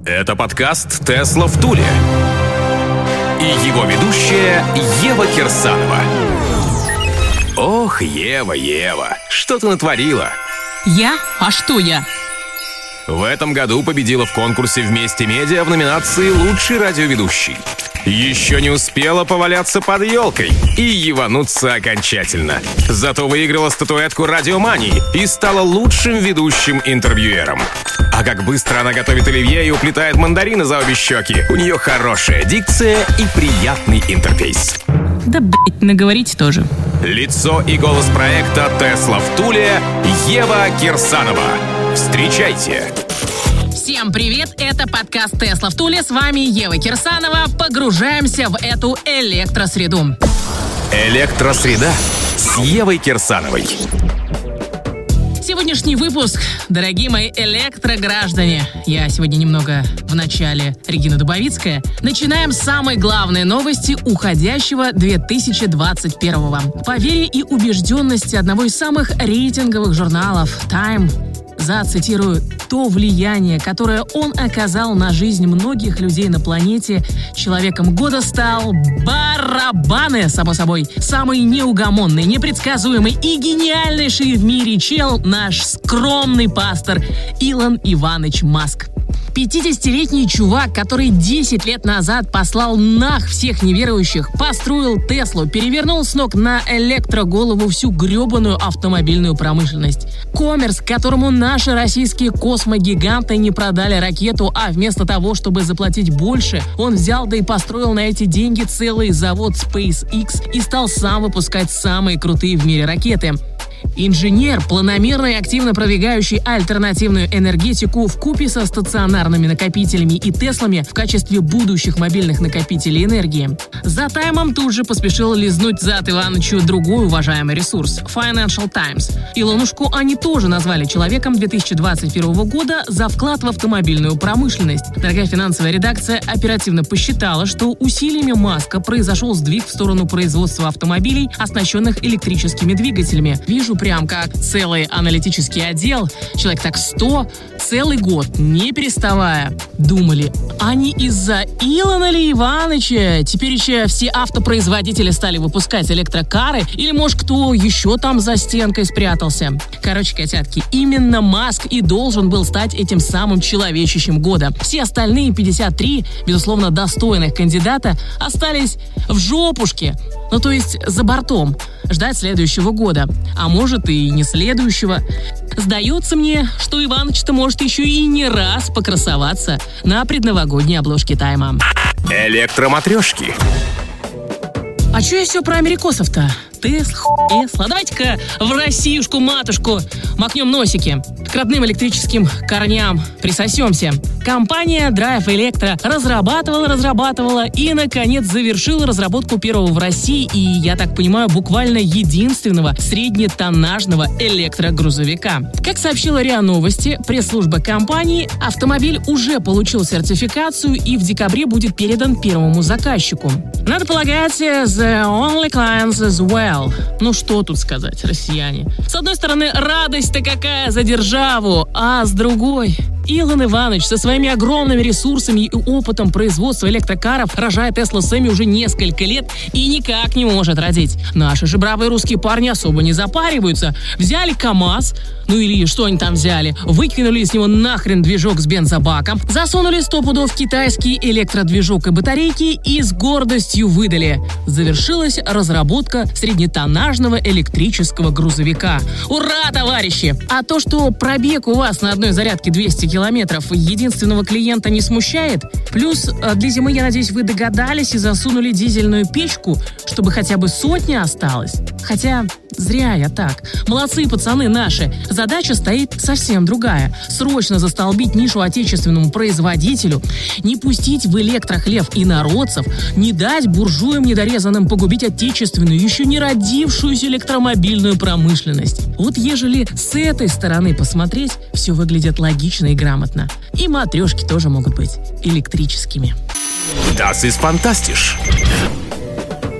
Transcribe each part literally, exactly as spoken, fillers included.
Это подкаст «Тесла в Туле». И его ведущая Ева Кирсанова. Ох, Ева, Ева, что ты натворила? Я? А что я? В этом году победила в конкурсе «Вместе Медиа» в номинации «Лучший радиоведущий». Еще не успела поваляться под елкой и евануться окончательно. Зато выиграла статуэтку «Радиомании» и стала лучшим ведущим интервьюером. А как быстро она готовит оливье и уплетает мандарины за обе щеки. У нее хорошая дикция и приятный интерфейс. Да, блять, наговорите тоже. Лицо и голос проекта «Тесла в Туле» Ева Кирсанова. Встречайте! Всем привет, это подкаст «Тесла в Туле», с вами Ева Кирсанова. Погружаемся в эту электросреду. Электросреда с Евой Кирсановой. Сегодняшний выпуск, дорогие мои электрограждане. Я сегодня немного в начале Регина Дубовицкая. Начинаем с самой главной новости уходящего две тысячи двадцать первого. По вере и убежденности одного из самых рейтинговых журналов Time, зацитирую, то влияние, которое он оказал на жизнь многих людей на планете, человеком года стал барабаны, само собой. Самый неугомонный, непредсказуемый и гениальнейший в мире чел — наш скромный пастор Илон Иванович Маск. пятидесятилетний чувак, который десять лет назад послал нах всех неверующих, построил Теслу, перевернул с ног на электроголову всю гребаную автомобильную промышленность. Коммерс, которому наши российские космогиганты не продали ракету, а вместо того, чтобы заплатить больше, он взял да и построил на эти деньги целый завод SpaceX и стал сам выпускать самые крутые в мире ракеты. Инженер, планомерно и активно продвигающий альтернативную энергетику вкупе со стационарными накопителями и Теслами в качестве будущих мобильных накопителей энергии. За Таймом тут же поспешил лизнуть зад Иванычу другой уважаемый ресурс – Financial Times. Илонушку они тоже назвали человеком две тысячи двадцать первого года за вклад в автомобильную промышленность. Дорогая финансовая редакция оперативно посчитала, что усилиями Маска произошел сдвиг в сторону производства автомобилей, оснащенных электрическими двигателями. Вижу прям как целый аналитический отдел, человек так сто, целый год, не переставая, думали, а не из-за Илона ли Иваныча теперь еще все автопроизводители стали выпускать электрокары, или, может, кто еще там за стенкой спрятался? Короче, котятки, именно Маск и должен был стать этим самым человечищем года. Все остальные пятьдесят три, безусловно, достойных кандидата остались в жопушке, ну то есть за бортом, ждать следующего года, а может и не следующего. Сдается мне, что Иваныч-то может еще и не раз покрасоваться на предновогодней обложке Тайма. Электроматрешки. А че я все про америкосов-то? Тесла, Тесла. Давайте-ка в Россиюшку-матушку макнем носики. К родным электрическим корням присосемся. Компания Drive Electro разрабатывала, разрабатывала и, наконец, завершила разработку первого в России и, я так понимаю, буквально единственного среднетоннажного электрогрузовика. Как сообщила РИА Новости, пресс-служба компании, автомобиль уже получил сертификацию и в декабре будет передан первому заказчику. Надо полагать, the only clients as well. Ну что тут сказать, россияне? С одной стороны, радость-то какая за державу, а с другой... Илон Иванович со своими огромными ресурсами и опытом производства электрокаров рожает Тесла Сэмми уже несколько лет и никак не может родить. Наши же бравые русские парни особо не запариваются. Взяли КамАЗ, ну или что они там взяли, выкинули из него нахрен движок с бензобаком, засунули сто пудов китайский электродвижок и батарейки и с гордостью выдали. Завершилась разработка среднетоннажного электрического грузовика. Ура, товарищи! А то, что пробег у вас на одной зарядке двести километров единственного клиента не смущает. Плюс для зимы, я надеюсь, вы догадались и засунули дизельную печку, чтобы хотя бы сотня осталась. Хотя зря я так. Молодцы, пацаны наши. Задача стоит совсем другая. Срочно застолбить нишу отечественному производителю, не пустить в электрохлев инородцев, не дать буржуям недорезанным погубить отечественную, еще не родившуюся электромобильную промышленность. Вот ежели с этой стороны посмотреть, все выглядит логично и грамотно. И матрешки тоже могут быть электрическими. Das ist fantastisch.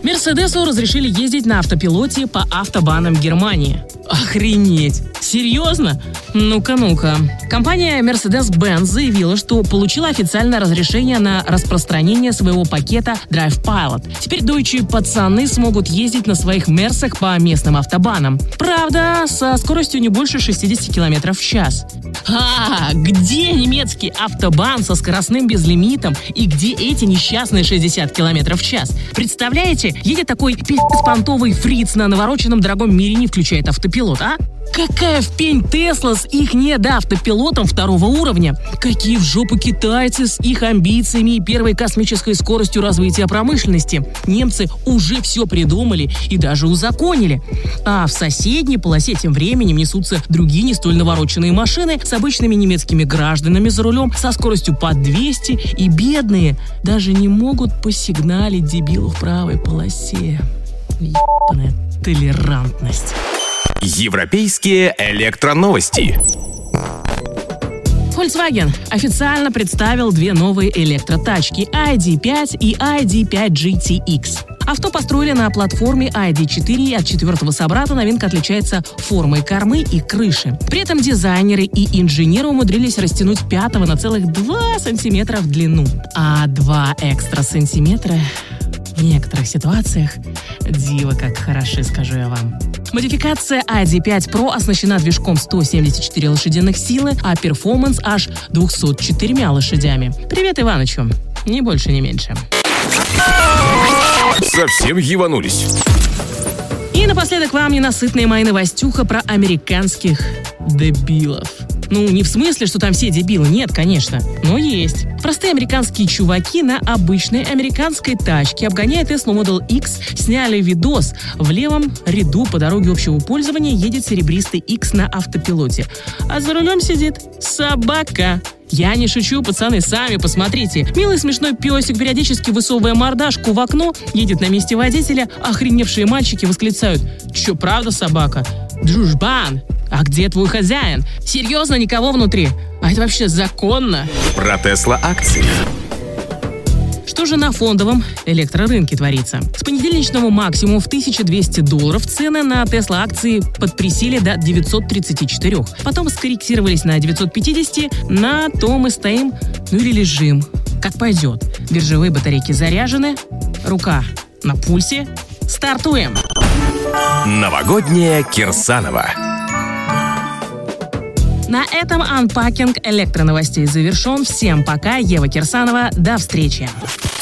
Мерседесу разрешили ездить на автопилоте по автобанам Германии. Охренеть! Серьезно? Ну-ка, ну-ка. Компания Mercedes-Benz заявила, что получила официальное разрешение на распространение своего пакета Drive Pilot. Теперь дойче пацаны смогут ездить на своих мерсах по местным автобанам. Правда, со скоростью не больше шестьдесят километров в час. А, где немецкий автобан со скоростным безлимитом и где эти несчастные шестьдесят километров в час? Представляете, едет такой пиздец-понтовый фриц на навороченном дорогом мире, не включает автопилот, а? Какая в пень Тесла с их недоавтопилотом второго уровня? Какие в жопу китайцы с их амбициями и первой космической скоростью развития промышленности? Немцы уже все придумали и даже узаконили. А в соседней полосе тем временем несутся другие не столь навороченные машины с обычными немецкими гражданами за рулем со скоростью под двести, и бедные даже не могут посигналить дебилу в правой полосе. Ебаная толерантность. Европейские электроновости. Volkswagen официально представил две новые электротачки ай ди пять и ай ди пять джи ти икс. Авто построили на платформе ай ди четыре, и от четвертого собрата новинка отличается формой кормы и крыши. При этом дизайнеры и инженеры умудрились растянуть пятого на целых два сантиметра в длину. А два экстра сантиметра в некоторых ситуациях диво как хороши, скажу я вам. Модификация ай ди пять Pro оснащена движком сто семьдесят четыре лошадиных силы, а перформанс аж двумястами четырьмя лошадями. Привет Иванычу. Ни больше, ни меньше. Совсем ебанулись. И напоследок вам ненасытная моя новостюха про американских дебилов. Ну, не в смысле, что там все дебилы, нет, конечно, но есть. Простые американские чуваки на обычной американской тачке, обгоняя Tesla Model X, сняли видос. В левом ряду по дороге общего пользования едет серебристый X на автопилоте. А за рулем сидит собака. Я не шучу, пацаны, сами посмотрите. Милый смешной песик, периодически высовывая мордашку в окно, едет на месте водителя. Охреневшие мальчики восклицают: «Чё, правда собака? Дружбан! А где твой хозяин? Серьезно, никого внутри? А это вообще законно?» Про Tesla акции. Что же на фондовом электрорынке творится? С понедельничного максимума в тысяча двести долларов цены на Tesla акции подприсели до девятисот тридцати четырёх. Потом скорректировались на девятьсот пятьдесят, на том мы стоим, ну или лежим. Как пойдет. Биржевые батарейки заряжены, рука на пульсе. Стартуем! Новогодняя Кирсанова. На этом анпакинг электроновостей завершен. Всем пока, Ева Кирсанова. До встречи.